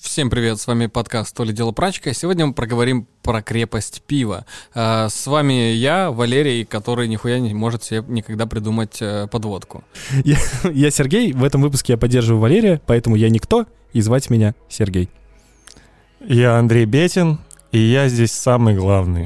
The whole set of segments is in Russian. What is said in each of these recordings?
Всем привет, с вами подкаст «То ли дело прачка». Сегодня мы проговорим про крепость пива. С вами я, Валерий, который нихуя не может себе никогда придумать подводку. Я Сергей, в этом выпуске я поддерживаю Валерия, поэтому я никто, и звать меня Сергей. Я Андрей Бетин, и я здесь самый главный.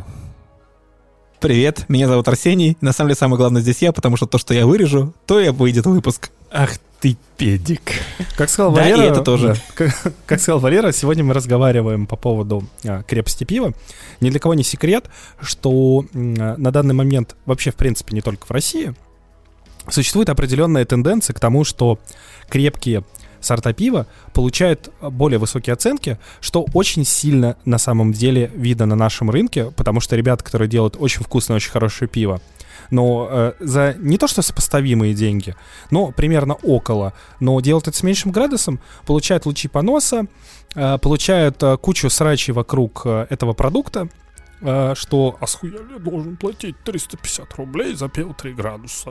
Привет, меня зовут Арсений. На самом деле самое главное здесь я, потому что то, что я вырежу, то и выйдет выпуск. Ах ты педик. Как сказал да, Валера, и это тоже. Как сказал Валера, сегодня мы разговариваем по поводу крепости пива. Ни для кого не секрет, что на данный момент, вообще в принципе не только в России, существует определенная тенденция к тому, что крепкие сорта пива получают более высокие оценки, что очень сильно на самом деле видно на нашем рынке, потому что ребята, которые делают очень вкусное, очень хорошее пиво, но за не то что сопоставимые деньги, но примерно около, но делают это с меньшим градусом, получают лучи поноса, получают кучу срачей вокруг этого продукта, что «Асхуяли должен платить 350 рублей за пиво 3 градуса».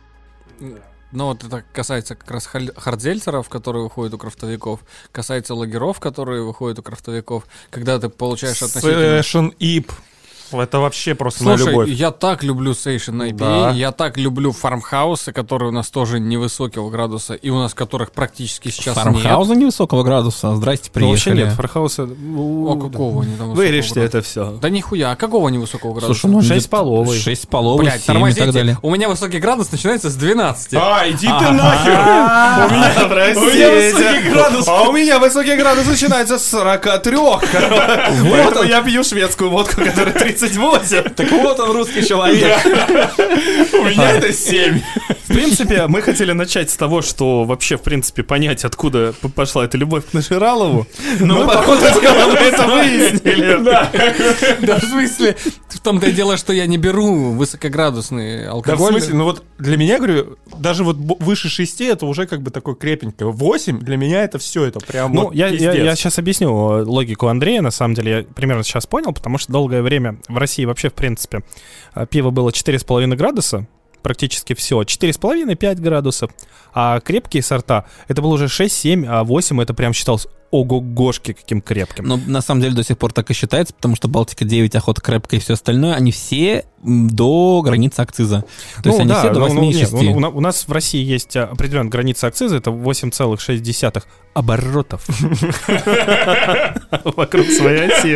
Ну вот это касается как раз хардзельцеров, которые выходят у крафтовиков, касается лагеров, которые выходят у крафтовиков, когда ты получаешь относительно... Session IP. Это вообще просто Слушай, на любовь. Я так люблю Session IPA, Да. я так люблю фармхаусы, которые у нас тоже невысокого градуса, и у нас которых практически сейчас Фармхауза невысокого градуса. Здрасте, Ну, вообще приехали. нет, фархауса... О, какого они там высокого Вырежьте градуса? это все. Да нихуя, а какого невысокого градуса? Слушай, ну 6,5. 6,5, Блядь, 7 и тормозите, так далее. у меня высокий градус начинается с 12. Иди ты нахер! У меня, высокий градус. А у меня высокий градус начинается с 43. Поэтому я пью шведскую водку, которая 38. Так вот он, русский человек. У меня это 7. В принципе, мы хотели начать с того, что вообще, в принципе, понять, откуда пошла эта любовь к Наширалову. Но мы, походу дела, мы это выяснили. Да в смысле, в том-то и дело, что я не беру высокоградусный Да в алкоголь. смысле, ну вот для меня, говорю, даже вот выше 6 это уже как бы такое крепенькое. 8 для меня это все, это прям Ну, вот я пиздец. сейчас объясню логику Андрея, на самом деле, я примерно сейчас понял, потому что долгое время в России вообще, в принципе, пиво было 4,5 градуса, практически все, 4,5-5 градусов, а крепкие сорта, это было уже 6, 7, а 8 это прям считалось ого-гошки каким крепким. Но на самом деле до сих пор так и считается, потому что Балтика 9, Охота Крепкая и все остальное, они все до границы акциза. То есть они все до 8,6. У нас в России есть определенная граница акциза, это 8,6 оборотов вокруг своей оси.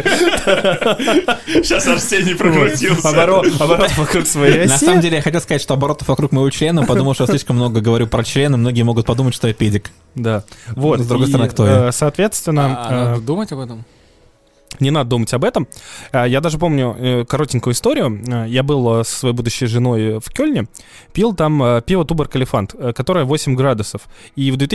Сейчас Арсений прокрутился. Оборот вокруг своей оси. На самом деле я хотел сказать, что оборотов вокруг моего члена, подумал, что я слишком много говорю про члены, многие могут подумать, что я педик. Да. Вот. С другой стороны, кто я? Соответственно, Надо думать об этом. не надо думать об этом. Я даже помню коротенькую историю. Я был со своей будущей женой в Кёльне, пил там пиво Туборг Элефант, которое 8 градусов. И в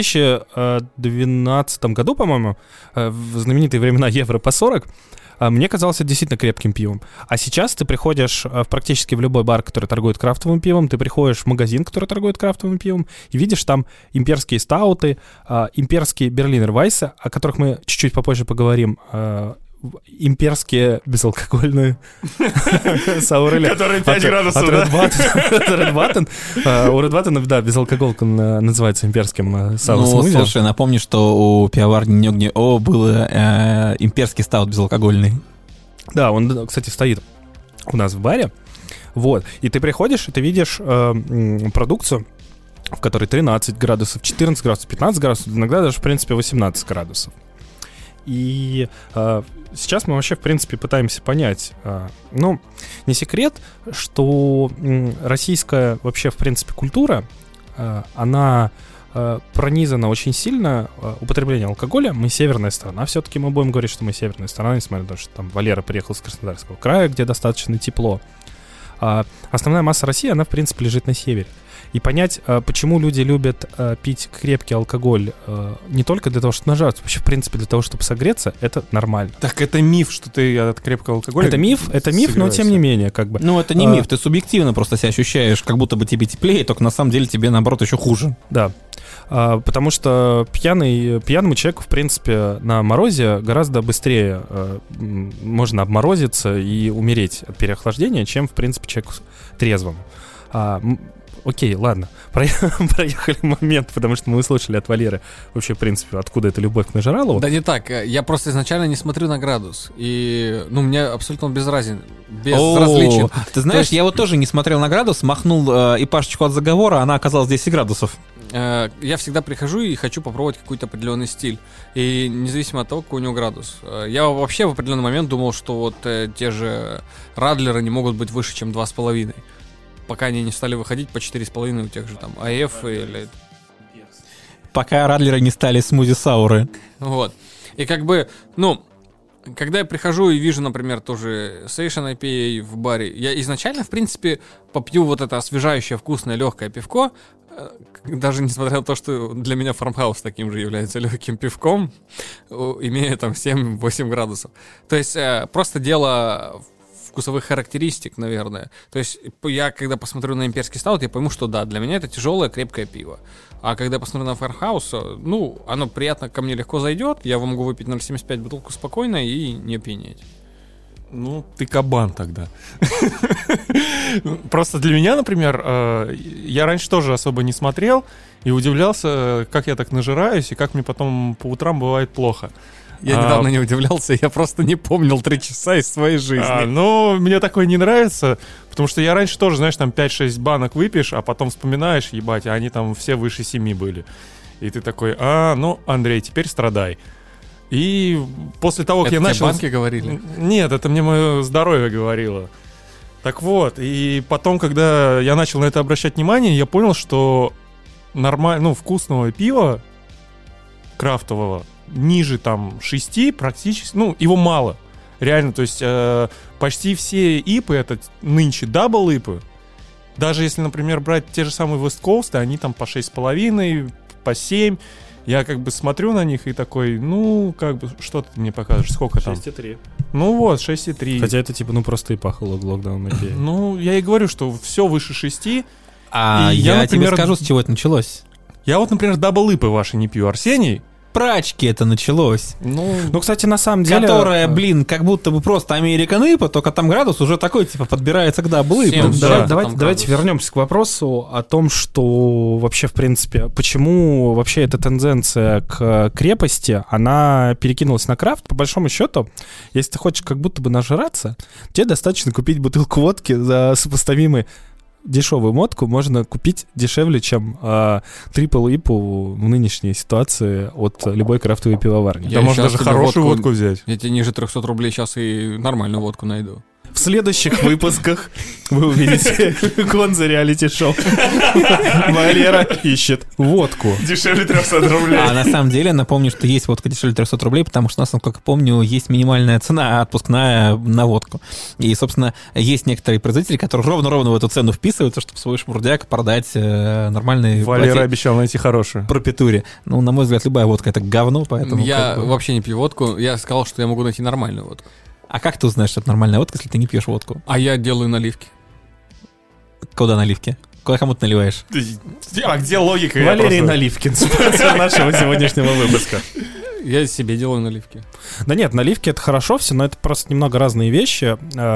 2012 году, по-моему, в знаменитые времена евро по 40, мне казалось это действительно крепким пивом. А сейчас ты приходишь практически в любой бар, который торгует крафтовым пивом, ты приходишь в магазин, который торгует крафтовым пивом, и видишь там имперские стауты, имперские берлинер вайсы, о которых мы чуть-чуть попозже поговорим, имперские безалкогольные саурели. Которые 5 градусов, да? Red Button. У Red Button, да, безалкоголка называется имперским сауром. Ну, слушай, напомни, что у пивоварни Нёгни-О был имперский стаут безалкогольный. Да, он, кстати, стоит у нас в баре. Вот. И ты приходишь, и ты видишь продукцию, в которой 13 градусов, 14 градусов, 15 градусов, иногда даже, в принципе, 18 градусов. И сейчас мы вообще, в принципе, пытаемся понять, ну, не секрет, что российская вообще, в принципе, культура, она пронизана очень сильно употреблением алкоголя. Мы северная страна, все-таки мы будем говорить, что мы северная страна, несмотря на то, что там Валера приехал из Краснодарского края, где достаточно тепло. Основная масса России, она, в принципе, лежит на севере. И понять, почему люди любят пить крепкий алкоголь не только для того, чтобы нажраться, вообще, в принципе, для того, чтобы согреться, это нормально. Так это миф, что ты от крепкого алкоголя... Это миф, но тем не менее, как бы. Ну, это не миф, ты субъективно просто себя ощущаешь, как будто бы тебе теплее, только на самом деле тебе, наоборот, еще хуже. Да. Потому что пьяному человеку, в принципе, на морозе гораздо быстрее можно обморозиться и умереть от переохлаждения, чем, в принципе, человеку трезвому. окей, ладно, проехали момент, потому что мы услышали от Валеры вообще, в принципе, откуда эта любовь к Нажиралову. Да не так, я просто изначально не смотрю на градус, и, мне абсолютно безразличен. Ты знаешь, я вот тоже не смотрел на градус, махнул Ипашечку от заговора, она оказалась 10 градусов. Я всегда прихожу и хочу попробовать какой-то определенный стиль. И независимо от того, какой у него градус. Я вообще в определенный момент думал, что вот те же Радлеры не могут быть выше, чем 2,5. Пока они не стали выходить по 4,5 у тех же там АФ или... Пока Радлеры не стали смузи-сауры. Вот. И когда я прихожу и вижу, например, тоже Session IPA в баре, я изначально, в принципе, попью вот это освежающее, вкусное, легкое пивко, даже несмотря на то, что для меня Farmhouse таким же является легким пивком, имея там 7-8 градусов. То есть просто дело вкусовых характеристик, наверное. То есть я, когда посмотрю на имперский стаут, я пойму, что да, для меня это тяжелое, крепкое пиво. А когда я посмотрю на Farmhouse, оно приятно ко мне легко зайдет, я могу выпить 0,75 бутылку спокойно и не опьянеть. Ты кабан тогда. Просто для меня, например, я раньше тоже особо не смотрел и удивлялся, как я так нажираюсь и как мне потом по утрам бывает плохо. Я недавно не удивлялся, я просто не помнил 3 часа из своей жизни. Мне такое не нравится, потому что я раньше тоже, знаешь, там 5-6 банок выпьешь, а потом вспоминаешь, ебать, а они там все выше 7 были. И ты такой, Андрей, теперь страдай. И после того, как я начал... Это тебе банки говорили? Нет, это мне мое здоровье говорило. Так вот, и потом, когда я начал на это обращать внимание, я понял, что вкусного пива крафтового ниже там 6 практически, его мало. Реально, то есть почти все ипы, это нынче дабл-ипы. Даже если, например, брать те же самые West Coast, они там по 6,5, по 7. Я смотрю на них и такой, что ты мне покажешь, сколько там? 6,3. 6,3. Хотя это просто ипаха локдаун IPA. Я и говорю, что все выше 6. Я тебе скажу, с чего это началось. Я например, дабл-ипы ваши не пью, Арсений. Прачки это началось. Кстати, на самом деле... Которая, как будто бы просто American IPA, только там градус уже такой, подбирается к дабл-ипам. Давайте вернемся к вопросу о том, что вообще, в принципе, почему вообще эта тенденция к крепости, она перекинулась на крафт. По большому счету, если ты хочешь как будто бы нажраться, тебе достаточно купить бутылку водки за сопоставимый дешевую водку можно купить дешевле, чем трипл ипу в нынешней ситуации от любой крафтовой пивоварни. Да можно даже хорошую водку взять. Я тебе ниже 300 рублей сейчас и нормальную водку найду. В следующих выпусках вы увидите Гонза реалити-шоу. Валера ищет водку. Дешевле 300 рублей. А на самом деле, напомню, что есть водка дешевле 300 рублей, потому что у нас, насколько помню, есть минимальная цена отпускная на водку. И, собственно, есть некоторые производители, которые ровно в эту цену вписываются, чтобы свой шмурдяк продать нормальный... Валера обещал найти хорошую. Пропитуре. На мой взгляд, любая водка — это говно, поэтому... Я вообще не пью водку. Я сказал, что я могу найти нормальную водку. А как ты узнаешь, что это нормальная водка, если ты не пьешь водку? А я делаю наливки. Куда наливки? Кому ты наливаешь? А где логика? Валерий Наливкин, спонсор нашего сегодняшнего выпуска. Я себе делаю наливки. Да нет, наливки — это хорошо все, но это просто немного разные вещи.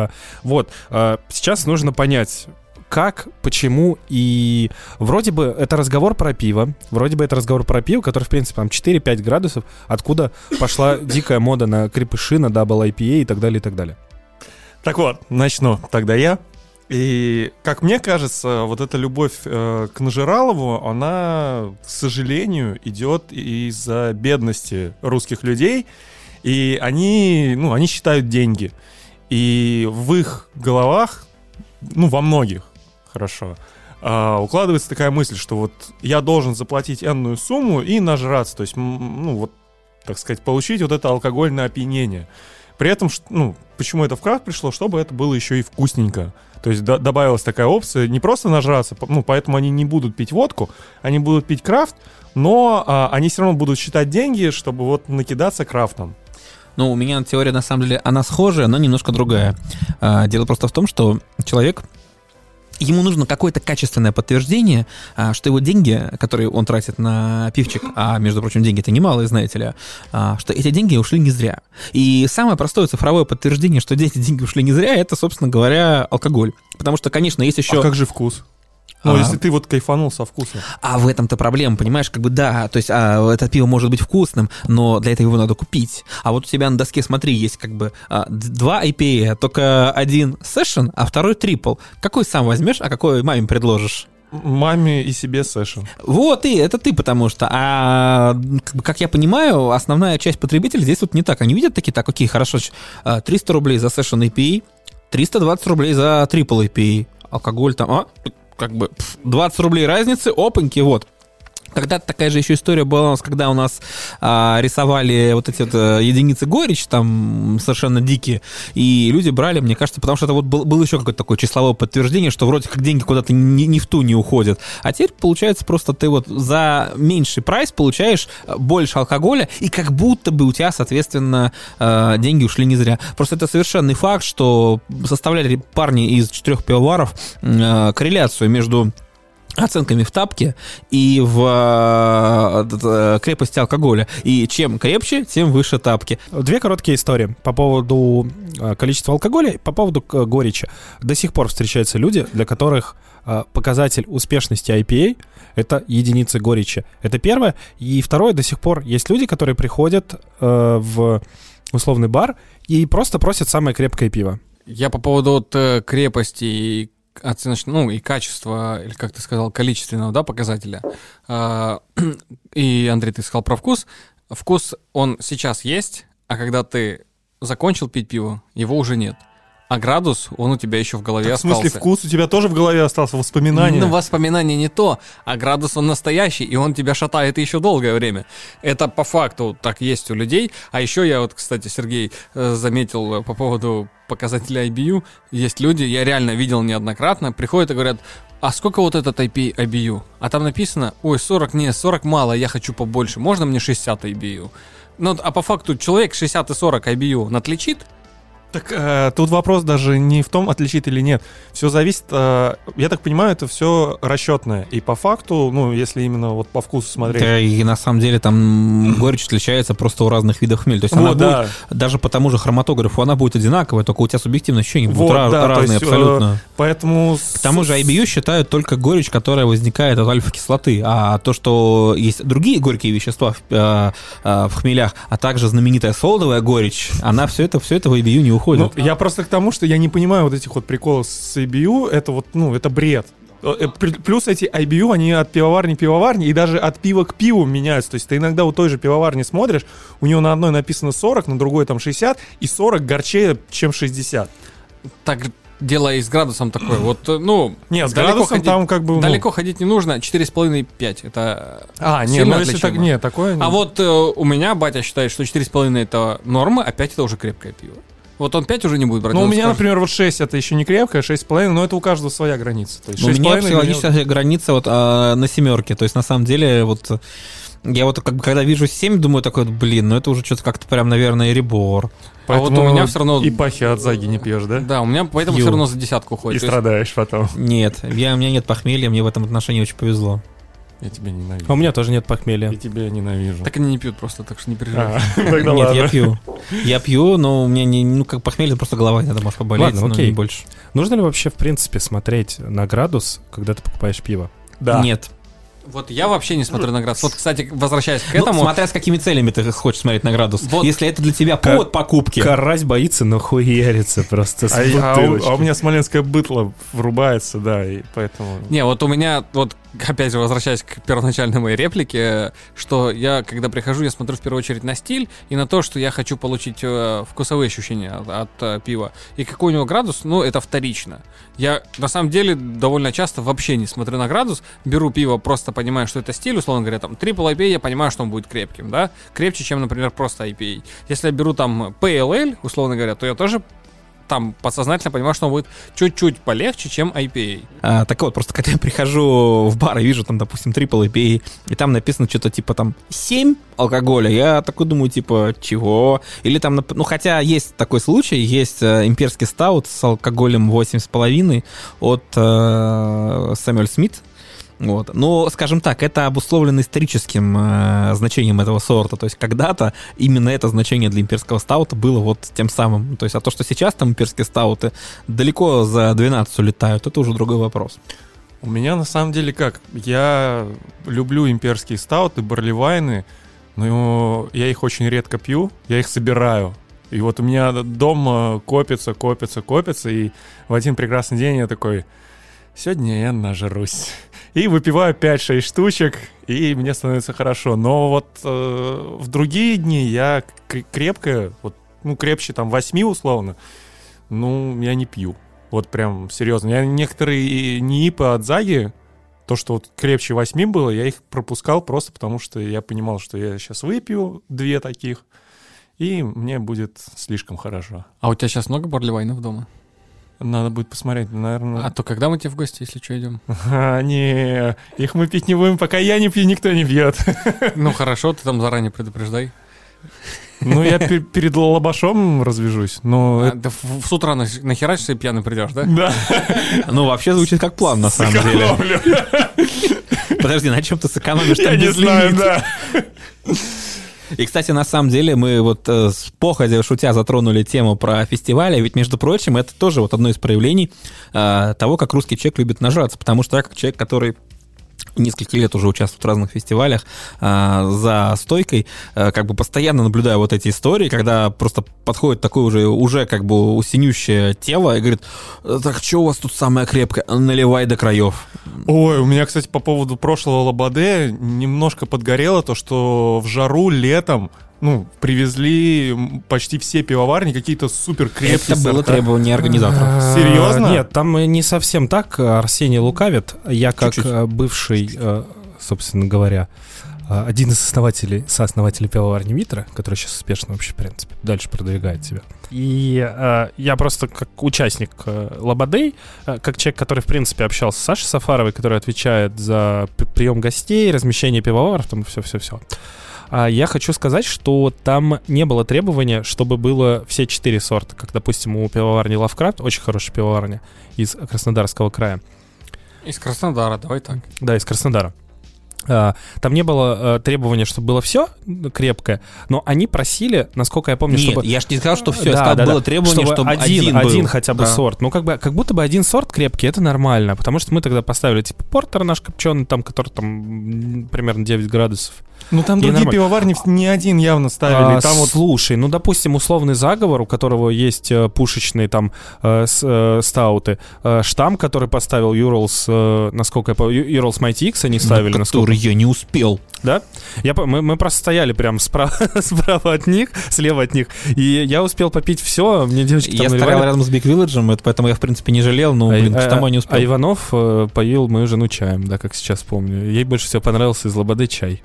Сейчас нужно понять, как, почему, и вроде бы это разговор про пиво, который, в принципе, там 4-5 градусов, откуда пошла дикая мода на крепыши, на дабл IPA и так далее, и так далее. Так вот, начну тогда я. И, как мне кажется, вот эта любовь к Нажиралову, она, к сожалению, идет из-за бедности русских людей, и они считают деньги. И в их головах, во многих, хорошо, укладывается такая мысль, что вот я должен заплатить энную сумму и нажраться, то есть, так сказать, получить вот это алкогольное опьянение. При этом, почему это в крафт пришло, чтобы это было еще и вкусненько. То есть добавилась такая опция не просто нажраться, поэтому они не будут пить водку, они будут пить крафт, но они все равно будут считать деньги, чтобы накидаться крафтом. У меня теория, на самом деле, она схожая, но немножко другая. Дело просто в том, что человек... Ему нужно какое-то качественное подтверждение, что его деньги, которые он тратит на пивчик, а, между прочим, деньги-то немалые, знаете ли, что эти деньги ушли не зря. И самое простое цифровое подтверждение, что эти деньги ушли не зря, это, собственно говоря, алкоголь. Потому что, конечно, есть еще... А как же вкус? Ну, если ты вот кайфанул со вкусом. А в этом-то проблема, понимаешь, как бы да, то есть это пиво может быть вкусным, но для этого его надо купить. А вот у тебя на доске, смотри, есть как бы 2 IPA, только один session, а второй трипл. Какой сам возьмешь, а какой маме предложишь? Маме и себе сэшн. Вот и это ты, потому что, как я понимаю, основная часть потребителей здесь вот не так. Они видят такие, так, окей, хорошо, 300 рублей за session IPA, 320 рублей за triple IPA, алкоголь там, как бы 20 рублей разницы, опаньки, вот. Когда-то такая же еще история была у нас, когда у нас рисовали вот эти вот единицы горечь, там совершенно дикие, и люди брали, мне кажется, потому что это вот было еще какое-то такое числовое подтверждение, что вроде как деньги куда-то не в ту не уходят. А теперь, получается, просто ты вот за меньший прайс получаешь больше алкоголя, и как будто бы у тебя, соответственно, деньги ушли не зря. Просто это совершенный факт, что составляли парни из 4 пивоваров корреляцию между оценками в тапке и в крепости алкоголя. И чем крепче, тем выше тапки. 2 короткие истории по поводу количества алкоголя и по поводу горечи. До сих пор встречаются люди, для которых показатель успешности IPA — это единицы горечи. Это первое. И второе, до сих пор есть люди, которые приходят в условный бар и просто просят самое крепкое пиво. Я по поводу вот крепости и оценочного, и качества, или, как ты сказал, количественного, да, показателя. И, Андрей, ты сказал про вкус. Вкус, он сейчас есть, а когда ты закончил пить пиво, его уже нет. А градус, он у тебя еще в голове остался. В смысле, вкус у тебя тоже в голове остался, воспоминания? Ну, воспоминания не то, а градус он настоящий, и он тебя шатает еще долгое время. Это по факту так есть у людей. А еще я вот, кстати, Сергей, заметил по поводу показателя IBU. Есть люди, я реально видел неоднократно, приходят и говорят: а сколько вот этот IBU? А там написано: ой, 40, не, 40 мало, я хочу побольше, можно мне 60 IBU? Ну, а по факту человек 60 и 40 IBU отличит. Так тут вопрос даже не в том, отличит или нет. Все зависит, я так понимаю, это все расчетное. И по факту, ну, если именно вот по вкусу смотреть. Да, и на самом деле там горечь отличается просто у разных видов хмеля. То есть она будет, даже по тому же хроматографу, она будет одинаковая, только у тебя субъективные ощущения будут разные есть, абсолютно. Поэтому... К тому же IBU считают только горечь, которая возникает от альфа-кислоты. А то, что есть другие горькие вещества в хмелях, а также знаменитая солодовая горечь, она все это в IBU не уходит. Ну, я просто к тому, что я не понимаю вот этих вот приколов с IBU, это вот, ну, это бред. Плюс эти IBU, они от пивоварни к пивоварне и даже от пива к пиву меняются. То есть ты иногда у той же пивоварни смотришь, у нее на одной написано 40, на другой там 60, и 40 горчее, чем 60. Так дело и с градусом такое. Вот, ну, нет, с градусом ходить, там как бы... Далеко ходить не нужно, 4,5-5. Это нет, ну если так, нет, такое... А вот у меня батя считает, что 4,5 это норма, а 5 это уже крепкое пиво. Вот он 5 уже не будет брать. Ну, у меня, например, вот 6 это еще не крепкое, 6,5, но это у каждого своя граница. То есть у меня психологическая граница вот на 7. То есть, на самом деле, вот я вот как бы, когда вижу 7, думаю такой, блин, ну это уже что-то как-то прям, наверное, ребор. Поэтому вот у меня все равно... И пахи от заги не пьешь, да? Да, у меня поэтому все равно за 10 уходит. И страдаешь потом. Нет, у меня нет похмелья, мне в этом отношении очень повезло. Я тебя ненавижу. А у меня тоже нет похмелья. Я тебя ненавижу. Так они не пьют просто, так что не переживай. Нет, я пью. Я пью, но у меня не, ну как похмелье, просто голова иногда может поболеть, но не больше. Нужно ли вообще, в принципе, смотреть на градус, когда ты покупаешь пиво? Да. Нет. Вот я вообще не смотрю на градус. Вот, кстати, возвращаясь к этому... Смотря с какими целями ты хочешь смотреть на градус. Вот. Если это для тебя повод покупки. Карась боится нахуяриться просто с бутылочки. А у меня смоленское бытло врубается, да, и поэтому... Не, вот у меня, вот опять же, возвращаясь к первоначальной моей реплике, что я, когда прихожу, я смотрю в первую очередь на стиль и на то, что я хочу получить вкусовые ощущения от пива. И какой у него градус, ну, это вторично. Я, на самом деле, довольно часто вообще не смотрю на градус, беру пиво, просто понимаю, что это стиль, условно говоря, там, Triple IPA, я понимаю, что он будет крепким, да, крепче, чем, например, просто IPA. Если я беру там PLL, условно говоря, то я тоже там подсознательно понимаю, что он будет чуть-чуть полегче, чем IPA. Так вот, просто когда я прихожу в бар и вижу там, допустим, Triple IPA, и там написано что-то типа там 7 алкоголя, я такой думаю, типа, чего? Или там, ну, хотя есть такой случай, есть имперский стаут с алкоголем 8,5 от Samuel Smith. Вот. Но, скажем так, это обусловлено историческим значением этого сорта. То есть когда-то именно это значение для имперского стаута было вот тем самым. То есть, а то, что сейчас там имперские стауты далеко за 12 улетают, это уже другой вопрос. У меня на самом деле как? Я люблю имперские стауты, барливайны, но я их очень редко пью, я их собираю. И вот у меня дома копится, и в один прекрасный день я такой: сегодня я нажрусь. И выпиваю 5-6 штучек, и мне становится хорошо. Но вот в другие дни я крепко, вот, ну, крепче там 8 условно, ну, я не пью. Вот прям серьезно. Я некоторые НИИПы от Заги, то, что вот крепче 8 было, я их пропускал просто потому, что я понимал, что я сейчас выпью 2 таких, и мне будет слишком хорошо. А у тебя сейчас много барливайнов дома? Надо будет посмотреть, наверное. А то когда мы тебе в гости, если что, идем? Не, их мы пить не будем, пока я не пью, никто не пьет. Ну хорошо, ты там заранее предупреждай. Ну, я перед лабашом развяжусь, но... Да с утра нахерачишься и пьяный придешь, да? Да. Ну, вообще звучит как план, на самом деле. Подожди, на чем ты сэкономишь? Я не знаю, да. И, кстати, на самом деле мы вот с походя шутя затронули тему про фестивали, ведь, между прочим, это тоже вот одно из проявлений того, как русский человек любит нажраться, потому что я как человек, который несколько лет уже участвует в разных фестивалях за стойкой, как бы постоянно наблюдаю вот эти истории, когда просто подходит такое уже как бы синющее тело и говорит: так что у вас тут самое крепкое? Наливай до краев. Ой, у меня, кстати, по поводу прошлого Лободе немножко подгорело то, что в жару летом, ну, привезли почти все пивоварни какие-то супер крепкие Это было требование организаторов. Серьезно? Нет, там не совсем так. Арсений лукавит. Я как бывший, собственно говоря, один из сооснователей пивоварни Митра, который сейчас успешно вообще, в принципе, дальше продвигает себя. И я просто как участник Лободей, как человек, который, в принципе, общался с Сашей Сафаровой, который отвечает за прием гостей, размещение пивоваров, там все-все-все. Я хочу сказать, что там не было требования, чтобы было все 4 сорта, как, допустим, у пивоварни Лавкрафт, очень хорошая пивоварня из Краснодарского края. Из Краснодара, давай так. Да, из Краснодара. Там не было требования, чтобы было все крепкое, но они просили, насколько я помню, Нет, чтобы... я же не сказал, что все. Я сказал, было требование, чтобы один был. хотя бы Да. сорт. Ну, как будто бы один сорт крепкий, это нормально, потому что мы тогда поставили, типа, портер наш копченый, там, который там примерно 9 градусов. Ну, там другие нормально. пивоварни не один явно ставили. Там вот... Слушай, ну, допустим, условный заговор, у которого есть пушечные там стауты, штамм, который поставил Уралс, насколько я помню, Уралс Mighty X они ставили. Который я не успел. Да? Мы просто стояли прям справа от них, слева от них, и я успел попить все, мне девочки там Я наливали. стоял рядом с Big Village, поэтому я, в принципе, не жалел, но, к тому я не успел. А Иванов поил мою жену чаем, да, как сейчас помню. Ей больше всего понравился из Лободы чай.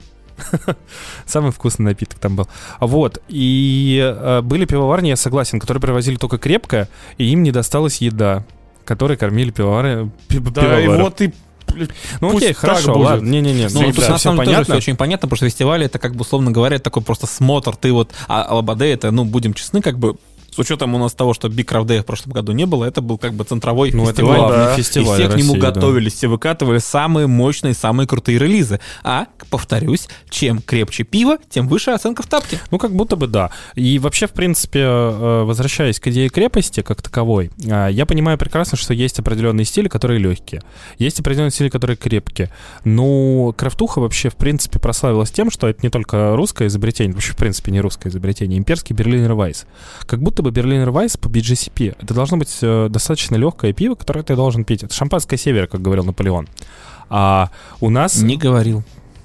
Самый вкусный напиток там был. Вот. И были пивоварни, я согласен, которые привозили только крепкое, и им не досталась еда, которой кормили пивовары. Да, и вот и... Ну пусть окей, так хорошо, будет. ладно. Не-не-не, Ну, тут всё на самом деле тоже понятно. все очень понятно, потому что фестивали это, как бы, условно говоря, это такой просто смотр. Ты вот, а Лободе это, ну, будем честны, как бы, с учетом у нас того, что Big Craft Day в прошлом году не было, это был как бы центровой Ну, это фестиваль. главный да. фестиваль И все к нему России, да. готовились, все выкатывали самые мощные, самые крутые релизы. А, повторюсь, чем крепче пиво, тем выше оценка в тапке. Ну, как будто бы да. И вообще, в принципе, возвращаясь к идее крепости как таковой, я понимаю прекрасно, что есть определенные стили, которые легкие. Есть определенные стили, которые крепкие. Но крафтуха вообще, в принципе, прославилась тем, что это не только русское изобретение, вообще, в принципе, не русское изобретение, имперский Берлинер Вайс. Как будто бы Берлинер Вайс по BGCP. Это должно быть достаточно легкое пиво, которое ты должен пить. Это шампанское севера, как говорил Наполеон. А у нас... Не говорил.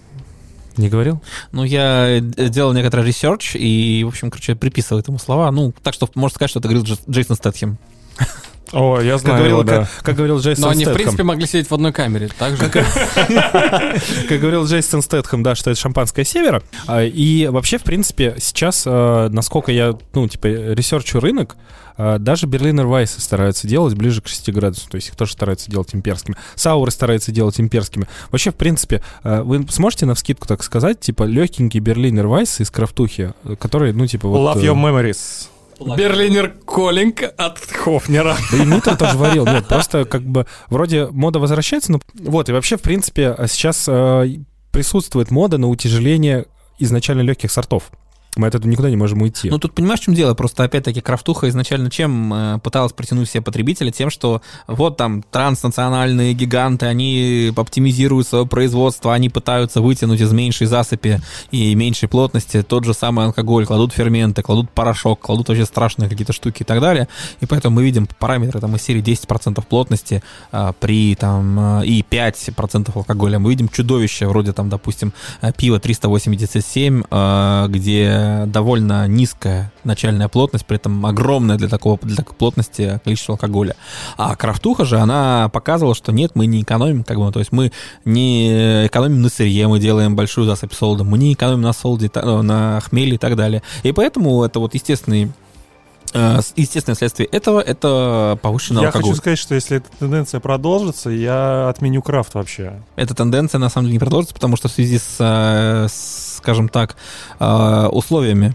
Не говорил? Ну, я делал некоторый ресерч и, в общем, короче, приписывал этому слова. Ну, так что можно сказать, что это говорил Джейсон Стэтхэм. О, я Как знаю говорил, его, да. как говорил Джейсон Но они, в Стэтхэм. принципе, могли сидеть в одной камере. Так же, Как говорил Джейсон Стэтхэм, да, что это шампанское севера. И вообще, в принципе, сейчас, насколько я, ну, типа, ресерчу рынок, даже Берлинер Вайсы стараются делать ближе к 6 градусам. То есть их тоже стараются делать имперскими. Сауры стараются делать имперскими. Вообще, в принципе, вы сможете навскидку так сказать, типа, легенький Берлинер Вайс из крафтухи, который, ну, типа, вот... Love Your Memories. Берлинер Коллинг от Хофнера. Да и Митра тоже варил. Нет, просто как бы вроде мода возвращается, но вот, и вообще, в принципе, сейчас присутствует мода на утяжеление изначально легких сортов. Мы от этого никуда не можем уйти. Ну, тут понимаешь, в чем дело? Просто, опять-таки, крафтуха изначально чем пыталась притянуть себе потребителя? Тем, что вот там транснациональные гиганты, они оптимизируют свое производство, они пытаются вытянуть из меньшей засыпи и меньшей плотности тот же самый алкоголь, кладут ферменты, кладут порошок, кладут вообще страшные какие-то штуки и так далее. И поэтому мы видим параметры там из серии 10% плотности при там и 5% алкоголя. Мы видим чудовище вроде там, допустим, пива 387, где довольно низкая начальная плотность, при этом огромная для такой плотности количество алкоголя. А крафтуха же, она показывала, что нет, мы не экономим, как бы, то есть мы не экономим на сырье, мы делаем большую засыпь солода, мы не экономим на солоде, на хмеле и так далее. И поэтому это вот естественное следствие этого — это повышенный алкоголь. Я хочу сказать, что если эта тенденция продолжится, я отменю крафт вообще. Эта тенденция на самом деле не продолжится, потому что в связи с скажем так, условиями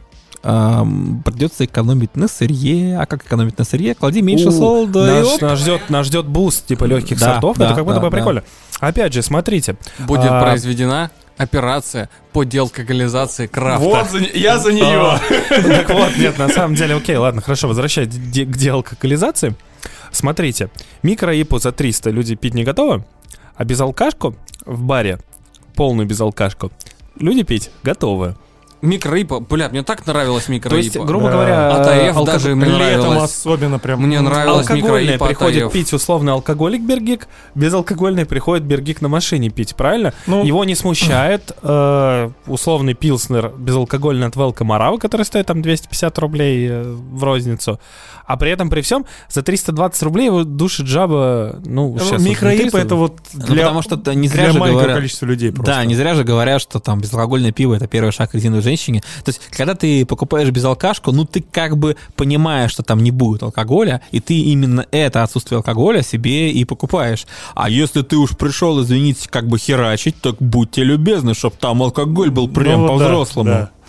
придется экономить на сырье. А как экономить на сырье? Клади меньше солода. Нас ждет буст типа легких сортов. Это как будто бы прикольно. Опять же, смотрите. Будет произведена операция по деалкоголизации крафта. Вот, я за нее. Так вот, нет, на самом деле, окей, ладно, хорошо, возвращаясь к деалкоголизации. Смотрите, микро-ипу за 300 люди пить не готовы, а безалкашку в баре, полную безалкашку, люди пить готовы. Микро-ипа, бля, мне так нравилась микро-ипа. То есть, грубо говоря, АТФ даже мне летом нравилось. особенно прям. Мне нравилась алкогольный микро-ипа приходит АТФ. пить условный алкоголик Бергик, безалкогольный приходит Бергик на машине пить, правильно? Ну, его не смущает условный пилснер безалкогольный от Велком Арава, который стоит там 250 рублей в розницу. А при этом, при всем, за 320 рублей его душит жаба, ну, сейчас... Микро-ипа это вот для, потому что не зря для же маленького говорят, количества людей просто. Да, не зря же говорят, что там безалкогольное пиво — это первый шаг к резиновой женщине. То есть, когда ты покупаешь безалкашку, ну, ты как бы понимаешь, что там не будет алкоголя, и ты именно это отсутствие алкоголя себе и покупаешь. А если ты уж пришел, извините, как бы херачить, так будьте любезны, чтобы там алкоголь был прям по-взрослому.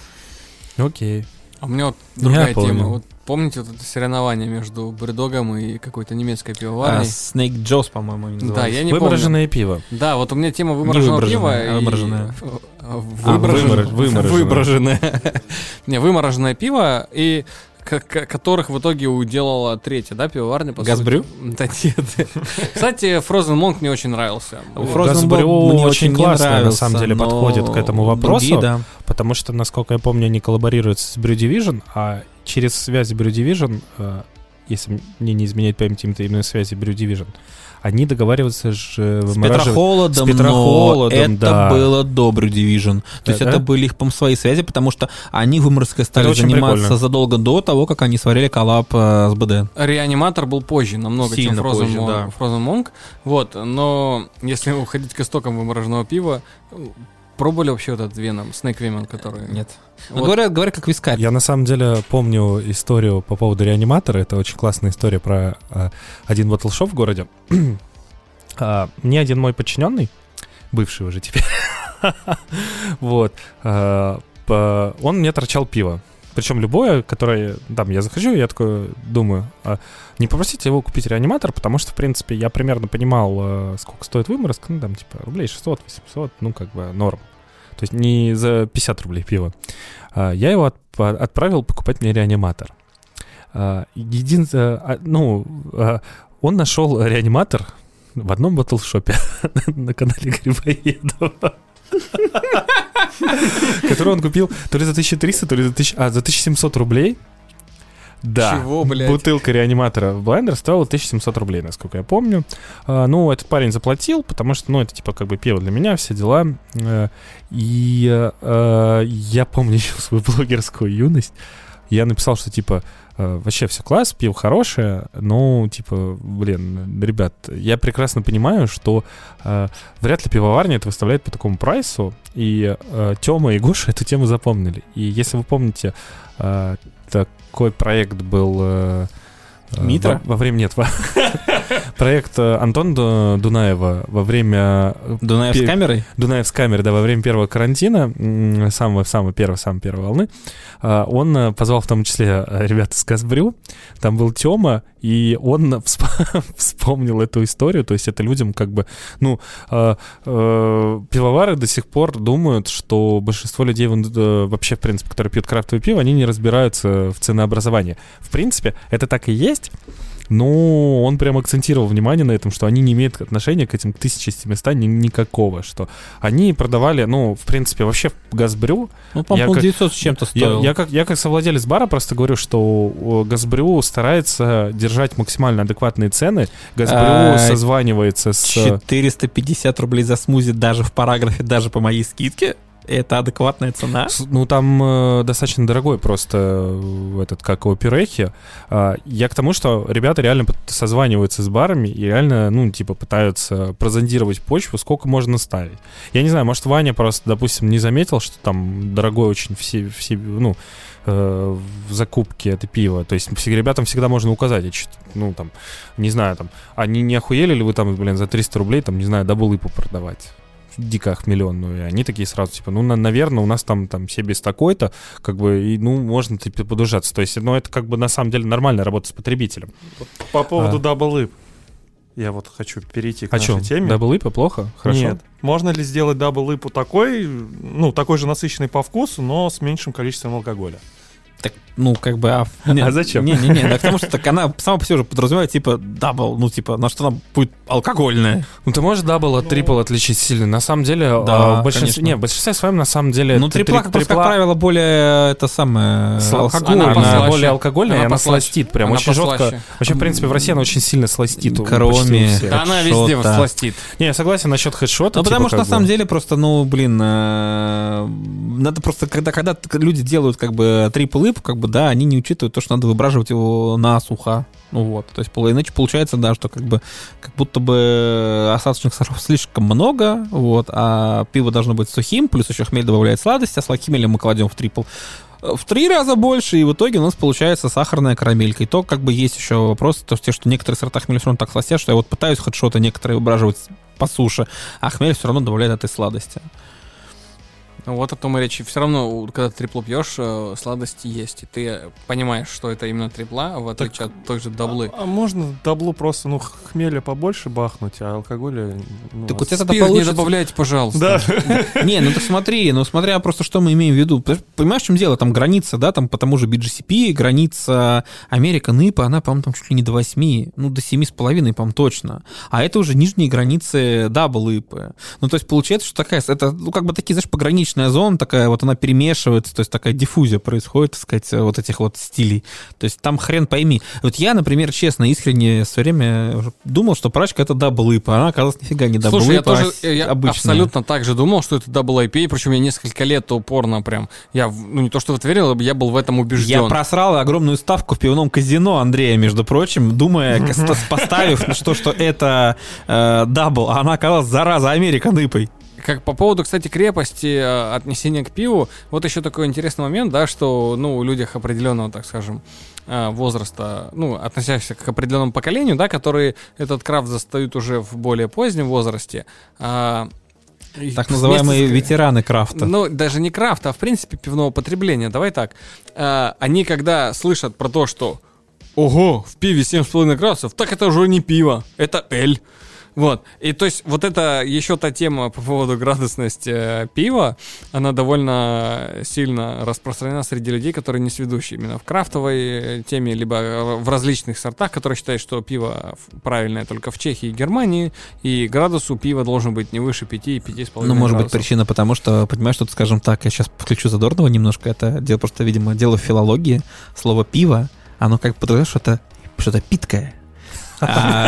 Да. Окей. А у меня вот другая понял. тема. Вот помните вот это соревнование между Брюдогом и какой-то немецкой пивоварней? Snake Joe's, по-моему, они назывались. Да, я не Вымороженное пиво. помню. Да, вот у меня тема вымороженного пива. вымороженное. Вымороженное. Не, вымороженное пиво, и которых в итоге уделала третья, да, пивоварня? по Газбрю? сути? Да нет. Кстати, Frozen Monk мне очень нравился. Газбрю мне очень не классно, на нравился, самом деле, но подходит к этому вопросу. другие, да. Потому что, насколько я помню, они коллаборируются с Brew Division, а через связи Brew Division, если мне не изменяет память именно связи Brew Division, они договариваются же С Петрохолодом, но это было до Brew Division. То есть это были их, по-моему, свои связи, потому что они выморозкой стали заниматься прикольно. Задолго до того, как они сварили коллаб с БД. Реаниматор был позже, намного, Сильно чем позже, да. Frozen Monk. Вот, но если уходить к истокам вымороженного пива, пробовали вообще вот этот Веном, Snake Venom, который... Нет. Вот. Говорят, как вискарь. Я на самом деле помню историю по поводу реаниматора. Это очень классная история про один батлшоп в городе. Мне один мой подчиненный, бывший уже теперь, вот, он мне торчал пиво. Причем любое, которое, там, я захожу, я такой думаю, не попросите его купить реаниматор, потому что, в принципе, я примерно понимал, сколько стоит выморозка, ну, там, типа, рублей 600-800, ну, как бы, норм. То есть не за 50 рублей пива. Я его отправил покупать мне реаниматор. Единственное, он нашел реаниматор в одном батлшопе на канале Грибоедова, который он купил то ли за 1300, то ли за 1700 рублей. Да, чего, блядь? Бутылка реаниматора в Blender стоила 1700 рублей, насколько я помню. Ну, этот парень заплатил, потому что, ну, это типа как бы пиво для меня, все дела. И я помню еще свою блогерскую юность. Я написал, что типа вообще все класс, пиво хорошее, но типа, блин, ребят, я прекрасно понимаю, что вряд ли пивоварня это выставляет по такому прайсу, и Тёма и Гоша эту тему запомнили. И если вы помните, такой проект был... Митра? Во время, нет, проект Антона Дунаева во время... Дунаев с камерой? Дунаев с камерой, да, во время первого карантина, самой первой волны, он позвал в том числе ребят из Газбрю, там был Тёма, и он вспомнил эту историю, то есть это людям как бы, пивовары до сих пор думают, что большинство людей вообще, в принципе, которые пьют крафтовое пиво, они не разбираются в ценообразовании. В принципе, это так и есть, но он прям акцентировал внимание на этом, что они не имеют отношения к этим 1700 никакого, что они продавали, в принципе, вообще Газбрю. По-моему, 900 с чем-то стоил. Я как совладелец бара просто говорю, что Газбрю старается держать максимально адекватные цены. Газбрю созванивается с... 450 рублей за смузи даже в параграфе, даже по моей скидке. Это адекватная цена? Там достаточно дорогой просто пюрехи. Я к тому, что ребята реально созваниваются с барами и реально, пытаются прозондировать почву, сколько можно ставить. Я не знаю, может, Ваня просто, допустим, не заметил, что там дорогой очень в закупке это пиво. То есть ребятам всегда можно указать. Не знаю, они не охуели ли вы там, за 300 рублей, даблыпу продавать? Дико хмеленную, и они такие сразу, наверное, у нас там себес такой-то, можно подужаться. То есть, это на самом деле нормальная работа с потребителем. По поводу Double Lip. Я хочу перейти к нашей теме. Double Lip плохо? Хорошо. Нет. Можно ли сделать Double Lip такой же насыщенный по вкусу, но с меньшим количеством алкоголя? Так, А зачем? Не-не-не, потому что она сама по себе уже подразумевает, дабл, на что она будет алкогольная. Ты можешь дабл от трипл отличить сильно. На самом деле, в большинстве своем, на самом деле... Трипла, как правило, более, алкогольная. Она более алкогольная, и она сластит прям очень жестко. Вообще, в принципе, в России она очень сильно сластит. Кроме да, она везде сластит. Не, я согласен насчет хедшота. Потому что, на самом деле, просто, надо просто, когда люди делают, трипл лип, они не учитывают то, что надо выбраживать его насухо. То есть, иначе получается, что как будто бы осадочных соров слишком много, а пиво должно быть сухим, плюс еще хмель добавляет сладость, а с хмелем мы кладем в трипл в 3 раза больше, и в итоге у нас получается сахарная карамелька. И то, есть еще вопрос, что некоторые сорта хмеля все равно так сластят, что я пытаюсь хедшоты некоторые выбраживать по суше, а хмель все равно добавляет этой сладости. О том и речь. Все равно, когда ты триплу пьешь, сладости есть. И ты понимаешь, что это именно трипла, в отличие от той же даблы. А можно даблу просто, хмеля побольше бахнуть, а алкоголя... Так вот это получится... не добавляйте, пожалуйста. Да. Не, так смотри, смотря просто, что мы имеем в виду. Понимаешь, в чем дело? Там граница, да, по тому же BGCP, граница American IPA, она, по-моему, там чуть ли не до 8, до 7,5, по-моему, точно. А это уже нижние границы Double IPA. То есть получается, что это, такие, знаешь, пограничные зона такая, она перемешивается, то есть такая диффузия происходит, так сказать, этих стилей. То есть там хрен пойми. Я, например, честно, искренне в свое время думал, что прачка это дабл IPA, она оказалась нифига не дабл IPA, я абсолютно так же думал, что это дабл IPA, причем я несколько лет упорно прям, я, не то что верил, я был в этом убежден. Я просрал огромную ставку в пивном казино Андрея, между прочим, думая, поставив, что это дабл, а она оказалась, зараза, American IPA. Как по поводу, кстати, крепости отнесения к пиву, еще такой интересный момент, да, что, у людях определенного, так скажем, возраста, относящихся к определенному поколению, да, которые этот крафт застают уже в более позднем возрасте. Так называемые ветераны крафта. Даже не крафта, а в принципе пивного потребления. Давай так. Они когда слышат про то, что ого, в пиве 7,5 градусов, так это уже не пиво, это эль. И то есть это еще та тема по поводу градусности пива, она довольно сильно распространена среди людей, которые не сведущие именно в крафтовой теме, либо в различных сортах, которые считают, что пиво правильное только в Чехии и Германии, и градус у пива должен быть не выше 5 и 5,5 может быть причина, потому что, понимаешь, что, скажем так, я сейчас включу Задорнова немножко, это дело просто, видимо, дело в филологии, слово пиво, оно подразумевает, что это что-то питкое. Не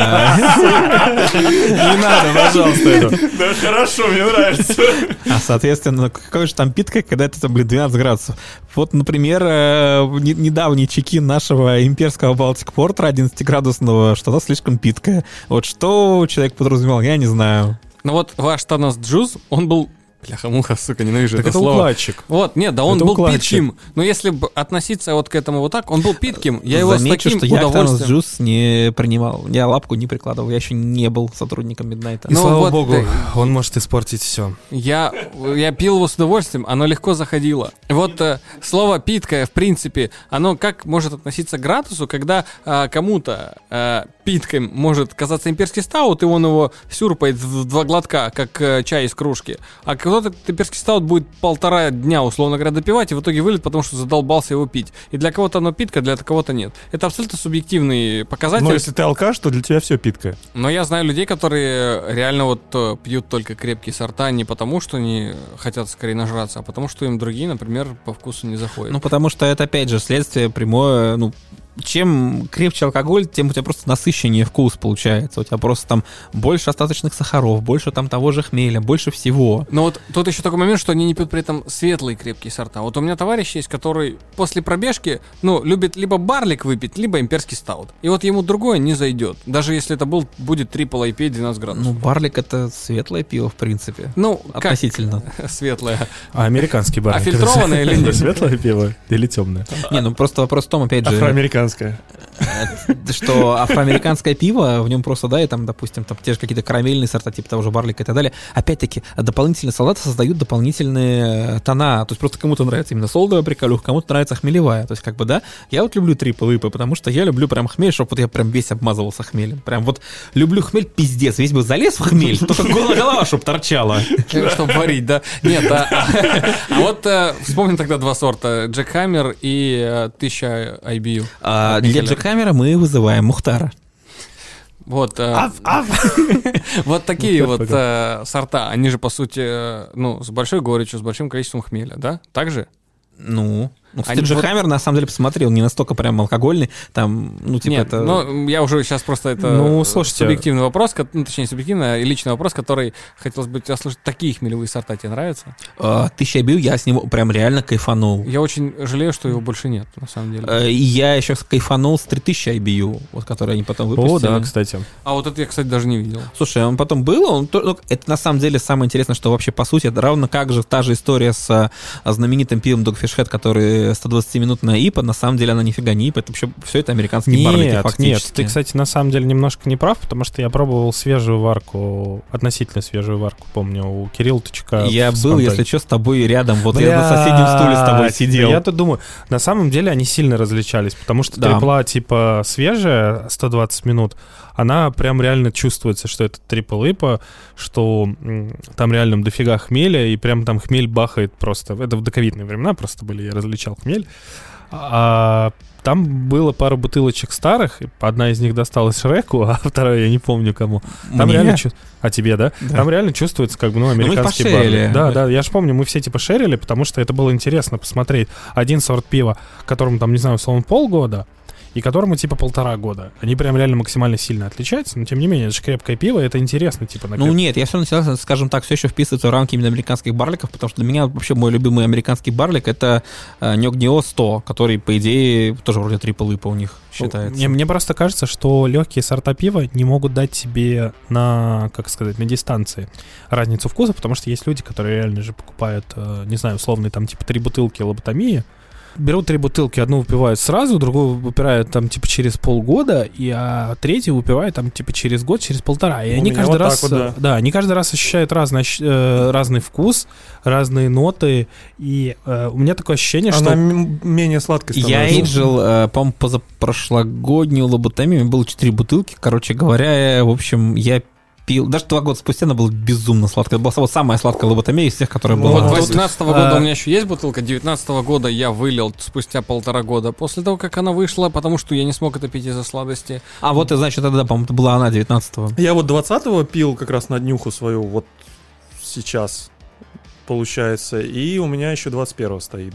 надо, пожалуйста, это. Да хорошо, мне нравится. Соответственно, какое же там питка, когда это, 12 градусов. Например, недавний чекин нашего имперского Балтик Портера 11-градусного, что-то слишком питкое. Что человек подразумевал, я не знаю. Ваш Танос Джуз, он был Бляха-муха, сука, ненавижу Так это это слово. укладчик. Вот, нет, да он Это был укладчик. питким. Но если бы относиться вот к этому вот так, он был питким. Я его Замечу, с таким что я удовольствием... Juice не принимал. Я лапку не прикладывал. Я еще не был сотрудником Midnight. И Ну слава вот, богу, да. он может испортить все. Я пил его с удовольствием, оно легко заходило. Вот слово «питкое», в принципе, оно как может относиться к градусу, когда кому-то питкой может казаться имперский стаут, и он его сюрпает в 2 глотка, как чай из кружки. А кто-то имперский стаут будет 1,5 дня, условно говоря, допивать, и в итоге вылет, потому что задолбался его пить. И для кого-то оно питка, для кого-то нет. Это абсолютно субъективный показатель. Но если ты алкаш, то для тебя все питка. Но я знаю людей, которые реально вот пьют только крепкие сорта не потому, что они хотят скорее нажраться, а потому, что им другие, например, по вкусу не заходят. Ну, потому что это, опять же, следствие прямое, ну, чем крепче алкоголь, тем у тебя просто насыщеннее вкус получается. У тебя просто там больше остаточных сахаров, больше там того же хмеля, больше всего. Но вот тут еще такой момент, что они не пьют при этом светлые крепкие сорта. Вот у меня товарищ есть, который после пробежки, ну, любит либо барлик выпить, либо имперский стаут. И вот ему другое не зайдет. Даже если это будет трипл IPA 12 градусов. Ну, барлик — это светлое пиво, в принципе. Ну, как Относительно. светлое? А американский бар? А фильтрованное или нет? Светлое пиво или темное? Не, ну просто вопрос в том, опять же, Афроамериканское. что афроамериканское пиво, в нем просто, да, и там, допустим, там те же какие-то карамельные сорта, типа того же барлика и так далее. Опять-таки, дополнительные салаты создают дополнительные тона. То есть просто кому-то нравится именно солодовая приколюха, кому-то нравится хмелевая. То есть как бы, да, я вот люблю трипл IPA, потому что я люблю прям хмель, чтобы вот я прям весь обмазывался хмелем. Прям вот люблю хмель пиздец. Весь бы залез в хмель, только голова, чтобы торчала. Чтобы варить, да? Нет, а вот вспомним тогда 2 сорта. Джек Хаммер и 1000 IBU. Для Джекхаммера мы вызываем Мухтара. Вот, вот такие вот сорта, они же, по сути, ну, с большой горечью, с большим количеством хмеля, да? Так же? Ну, кстати, Они Джекхаммер, на самом деле, посмотрел, не настолько прям алкогольный, там, ну, типа Нет, это... ну, я уже сейчас просто это Ну, слушайте. субъективный вопрос, ну, точнее, субъективный, а личный вопрос, который хотелось бы тебя слушать. Такие хмелевые сорта тебе нравятся? 1000 IBU, я с него прям реально кайфанул. Я очень жалею, что его больше нет, на самом деле. И я еще кайфанул с 3000 IBU, вот, который они потом О, выпустили. да, кстати. А вот это я, кстати, даже не видел. Слушай, он потом был, это на самом деле самое интересное, что вообще по сути, это равно как же та же история с знаменитым пивом Dogfish Head, который 120-минутная ИПА, на самом деле она нифига не ИПА, это вообще все это американские барлики фактически. Нет, ты, кстати, на самом деле немножко не прав, потому что я пробовал свежую варку, относительно свежую варку, помню, у Кирилла Тычка. Я в был, Спонтане. если что, с тобой рядом, вот я на соседнем стуле с тобой сидел. Я-то думаю, на самом деле они сильно различались, потому что Да. трипла типа свежая, 120 минут, она прям реально чувствуется, что это трипл ИПА, что там реально дофига хмеля, и прям там хмель бахает просто. Это в доковидные времена просто были, я различал хмель. А там было пару бутылочек старых, и одна из них досталась Шреку, а вторая я не помню кому. Там Мне? реально а тебе, да? Да. Там реально чувствуется, как бы, ну, американский пошерили. бар. Да, я же помню, мы все типа шерили, потому что это было интересно посмотреть. Один сорт пива, которому там, не знаю, условно, полгода, и которому типа 1,5 года. Они прям реально максимально сильно отличаются, но тем не менее, это же крепкое пиво, это интересно, типа, на Ну нет, я все равно, скажем так, все еще вписывается в рамки именно американских барликов, потому что для меня вообще мой любимый американский барлик — это Нёгнио 100, который, по идее, тоже вроде трипл ИПА у них считается. Мне просто кажется, что легкие сорта пива не могут дать себе на, как сказать, на дистанции разницу вкуса, потому что есть люди, которые реально же покупают, не знаю, условные там типа 3 бутылки лоботомии, берут 3 бутылки, одну выпивают сразу, другую выпивают там типа через полгода, а третью выпивают там типа через год, через 1,5. И они меня каждый вот раз, так вот, да. они каждый раз ощущают разный вкус, разные ноты, и у меня такое ощущение, Она что... менее сладкой Я становится. эйджил, по-моему, позапрошлогоднюю лоботомию, у меня было 4 бутылки, короче говоря, в общем, я пил, даже 2 года спустя она была безумно сладкая. Это была вот самая сладкая лоботомия из всех, которые Ну, была. Вот тут, 18-го года у меня еще есть бутылка, 19-го года я вылил спустя 1,5 года после того, как она вышла, потому что я не смог это пить из-за сладости. А вот, и значит, тогда, по-моему, это была она, 19-го. Я вот 20-го пил как раз на днюху свою вот сейчас, получается, и у меня еще 21-го стоит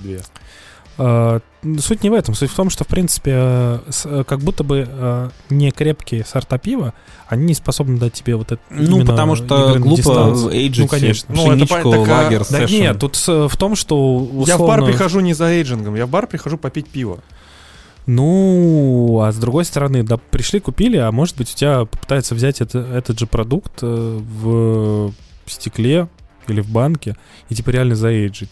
2. Суть не в этом. Суть в том, что, в принципе, как будто бы не крепкие сорта пива, они не способны дать тебе вот это. Ну, потому что глупо эйджить Ну, конечно. Ну, это пшеничку, так, лагер, Да сэшн. нет, тут в том, что условно... Я в бар прихожу не за эйджингом, я в бар прихожу попить пиво. Ну, а с другой стороны, да, пришли, купили, а может быть у тебя попытаются взять этот же продукт в стекле, или в банке, и типа реально заэйджить.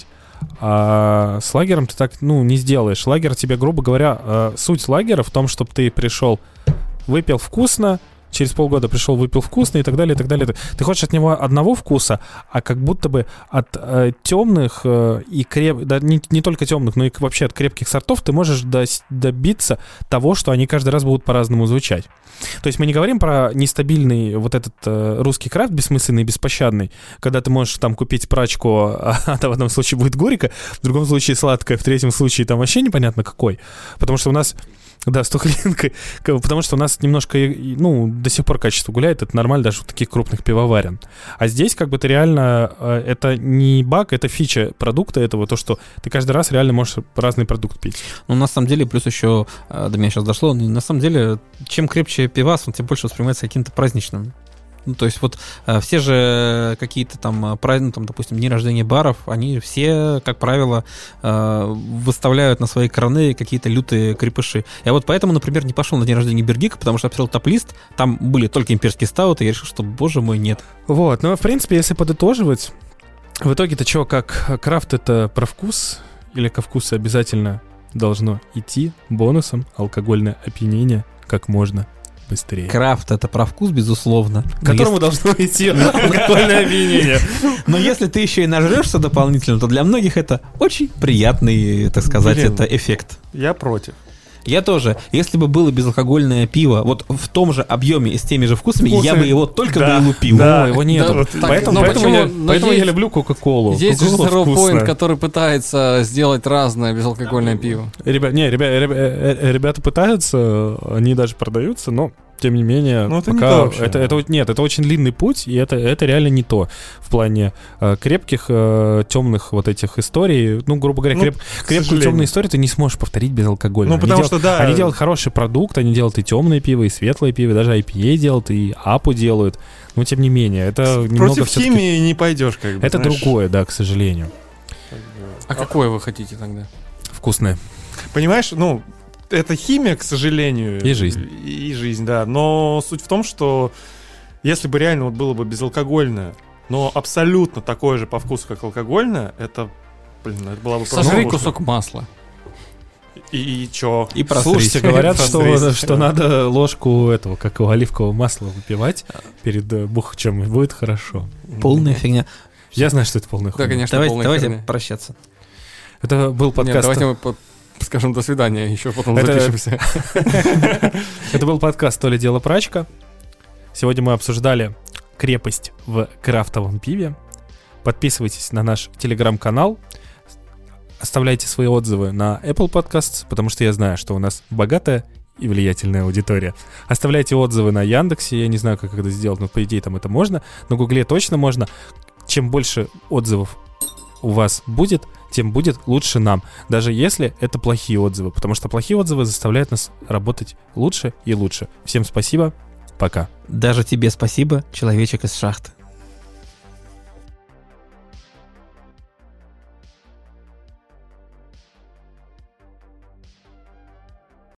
А с лагером ты так, не сделаешь. Лагер тебе, грубо говоря, суть лагера в том, чтобы ты пришел, выпил вкусно, через полгода пришел, выпил вкусно и так далее, и так далее. Ты хочешь от него одного вкуса, а как будто бы от темных и не только темных, но и вообще от крепких сортов ты можешь добиться того, что они каждый раз будут по-разному звучать. То есть мы не говорим про нестабильный вот этот русский крафт, бессмысленный и беспощадный, когда ты можешь там купить прачку, а в одном случае будет горько, в другом случае сладкое, в третьем случае там вообще непонятно какой. Потому что у нас... Да, с тухлинкой, потому что у нас немножко, до сих пор качество гуляет, это нормально даже у таких крупных пивоварен. А здесь как бы ты реально, это не баг, это фича продукта этого, то, что ты каждый раз реально можешь разный продукт пить. Ну, на самом деле, плюс еще, до меня сейчас дошло, на самом деле, чем крепче пивас, он тем больше воспринимается каким-то праздничным. Ну, то есть вот все же какие-то там праздники, там, допустим, дни рождения баров, они все, как правило, выставляют на свои краны какие-то лютые крепыши. Я вот поэтому, например, не пошел на день рождения Бергика, потому что я посмотрел топ-лист, там были только имперские стауты, и я решил, что, боже мой, нет. Вот, в принципе, если подытоживать, в итоге-то что, как крафт — это про вкус, или ко вкусу обязательно должно идти бонусом алкогольное опьянение как можно быстрее. Крафт — это про вкус, безусловно. Которому должно идти алкогольное опьянение. Но если ты еще и нажрешься дополнительно, то для многих это очень приятный, так сказать, это эффект. Я против. Я тоже. Если бы было безалкогольное пиво вот в том же объеме и с теми же вкусами, я бы его только бы и лупил. Да, его нет. Поэтому я люблю Кока-Колу. Есть же Zero Point, который пытается сделать разное безалкогольное пиво. Ребята пытаются, они даже продаются, но тем не менее, это пока не то это очень длинный путь, и это реально не то в плане крепких, темных вот этих историй. Грубо говоря, крепкую темную историю ты не сможешь повторить безалкогольно. Они делают хороший продукт, они делают и темное пиво, и светлое пиво, даже IPA делают, и апу делают. Но тем не менее, это немного против химии не пойдешь, как бы. Это другое, да, к сожалению. А какое вы хотите тогда? Вкусное. Понимаешь, это химия, к сожалению. И жизнь. И жизнь, да. Но суть в том, что если бы реально было бы безалкогольное, но абсолютно такое же по вкусу, как алкогольное, это была бы просто... Сожри кусок масла. И чё? И просрись. Слушайте, говорят, что надо ложку этого, как его, оливкового масла выпивать перед бухчем, и будет хорошо. Полная фигня. Я знаю, что это полная хуйня. Да, конечно, полная Давайте херня. прощаться. Это был подкаст... Давайте мы скажем до свидания, еще потом запишемся. Это был подкаст «То ли дело прачка». Сегодня мы обсуждали крепость в крафтовом пиве. Подписывайтесь на наш телеграм-канал. Оставляйте свои отзывы на Apple Podcasts, потому что я знаю, что у нас богатая и влиятельная аудитория. Оставляйте отзывы на Яндексе. Я не знаю, как это сделать, но по идее там это можно. На Гугле точно можно. Чем больше отзывов у вас будет, тем будет лучше нам, даже если это плохие отзывы, потому что плохие отзывы заставляют нас работать лучше и лучше. Всем спасибо, пока. Даже тебе спасибо, человечек из шахты.